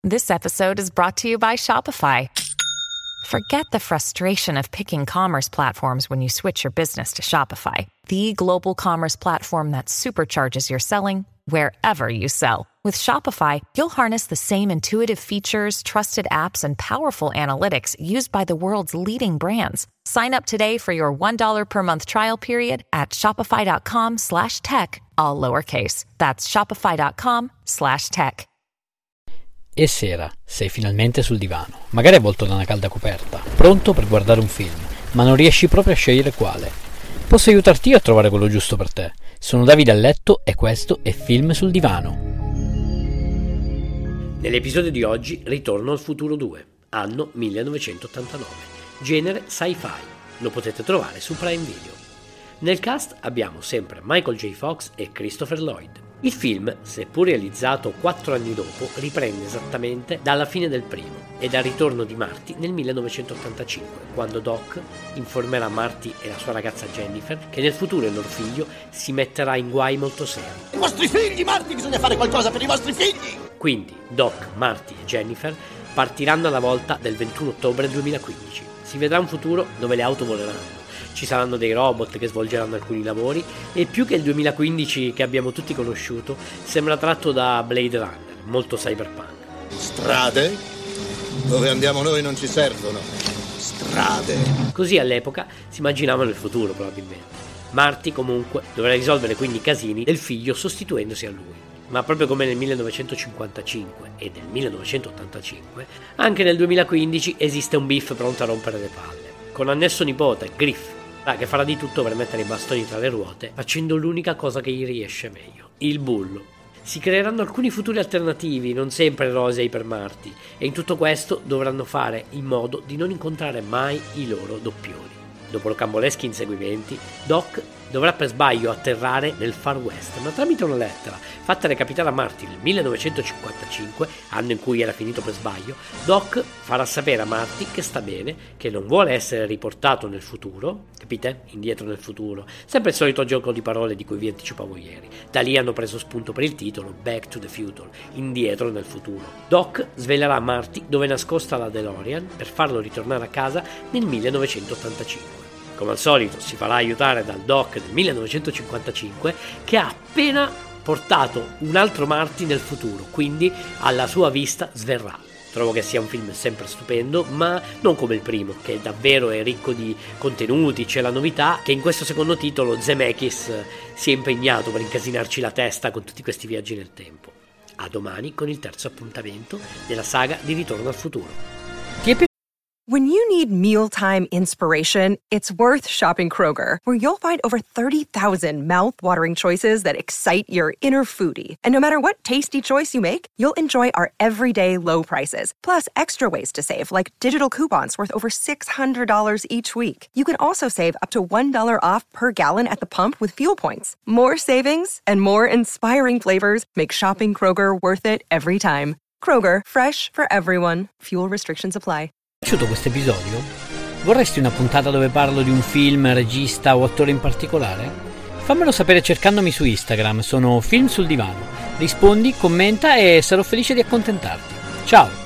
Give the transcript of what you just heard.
This episode is brought to you by Shopify. Forget the frustration of picking commerce platforms when you switch your business to Shopify, the global commerce platform that supercharges your selling wherever you sell. With Shopify, you'll harness the same intuitive features, trusted apps, and powerful analytics used by the world's leading brands. Sign up today for your $1 per month trial period at shopify.com/tech, all lowercase. That's shopify.com/tech. E sera, sei finalmente sul divano, magari avvolto da una calda coperta, pronto per guardare un film, ma non riesci proprio a scegliere quale. Posso aiutarti io a trovare quello giusto per te. Sono Davide a letto e questo è Film sul divano. Nell'episodio di oggi Ritorno al futuro 2, anno 1989, genere sci-fi. Lo potete trovare su Prime Video. Nel cast abbiamo sempre Michael J. Fox e Christopher Lloyd. Il film, seppur realizzato 4 anni dopo, riprende esattamente dalla fine del primo e dal ritorno di Marty nel 1985, quando Doc informerà Marty e la sua ragazza Jennifer che nel futuro il loro figlio si metterà in guai molto seri. I vostri figli, Marty, bisogna fare qualcosa per i vostri figli! Quindi Doc, Marty e Jennifer partiranno alla volta del 21 ottobre 2015. Si vedrà un futuro dove le auto voleranno. Ci saranno dei robot che svolgeranno alcuni lavori e più che il 2015 che abbiamo tutti conosciuto, sembra tratto da Blade Runner, molto cyberpunk. Strade? Dove andiamo noi non ci servono. Strade. Così all'epoca si immaginavano il futuro probabilmente. Marty comunque dovrà risolvere quindi i casini del figlio sostituendosi a lui. Ma proprio come nel 1955 e nel 1985, anche nel 2015 esiste un beef pronto a rompere le palle. Con annesso nipote, Griff, che farà di tutto per mettere i bastoni tra le ruote, facendo l'unica cosa che gli riesce meglio, il bullo. Si creeranno alcuni futuri alternativi, non sempre rosei per Marty, e in tutto questo dovranno fare in modo di non incontrare mai i loro doppioni. Dopo rocamboleschi inseguimenti, Doc dovrà per sbaglio atterrare nel Far West, ma tramite una lettera fatta recapitare a Marty nel 1955, anno in cui era finito per sbaglio, Doc farà sapere a Marty che sta bene, che non vuole essere riportato nel futuro, capite? Indietro nel futuro, sempre il solito gioco di parole di cui vi anticipavo ieri. Da lì hanno preso spunto per il titolo Back to the Future, indietro nel futuro. Doc svelerà a Marty dove è nascosta la DeLorean per farlo ritornare a casa nel 1985. Come al solito si farà aiutare dal Doc del 1955 che ha appena portato un altro Marty nel futuro, quindi alla sua vista sverrà. Trovo che sia un film sempre stupendo, ma non come il primo, che davvero è ricco di contenuti, c'è la novità che in questo secondo titolo Zemeckis si è impegnato per incasinarci la testa con tutti questi viaggi nel tempo. A domani con il terzo appuntamento della saga di Ritorno al futuro. When you need mealtime inspiration, it's worth shopping Kroger, where you'll find over 30,000 mouth-watering choices that excite your inner foodie. And no matter what tasty choice you make, you'll enjoy our everyday low prices, plus extra ways to save, like digital coupons worth over $600 each week. You can also save up to $1 off per gallon at the pump with fuel points. More savings and more inspiring flavors make shopping Kroger worth it every time. Kroger, fresh for everyone. Fuel restrictions apply. Ti è piaciuto questo episodio? Vorresti una puntata dove parlo di un film, regista o attore in particolare? Fammelo sapere cercandomi su Instagram, sono Film sul divano. Rispondi, commenta e sarò felice di accontentarti. Ciao!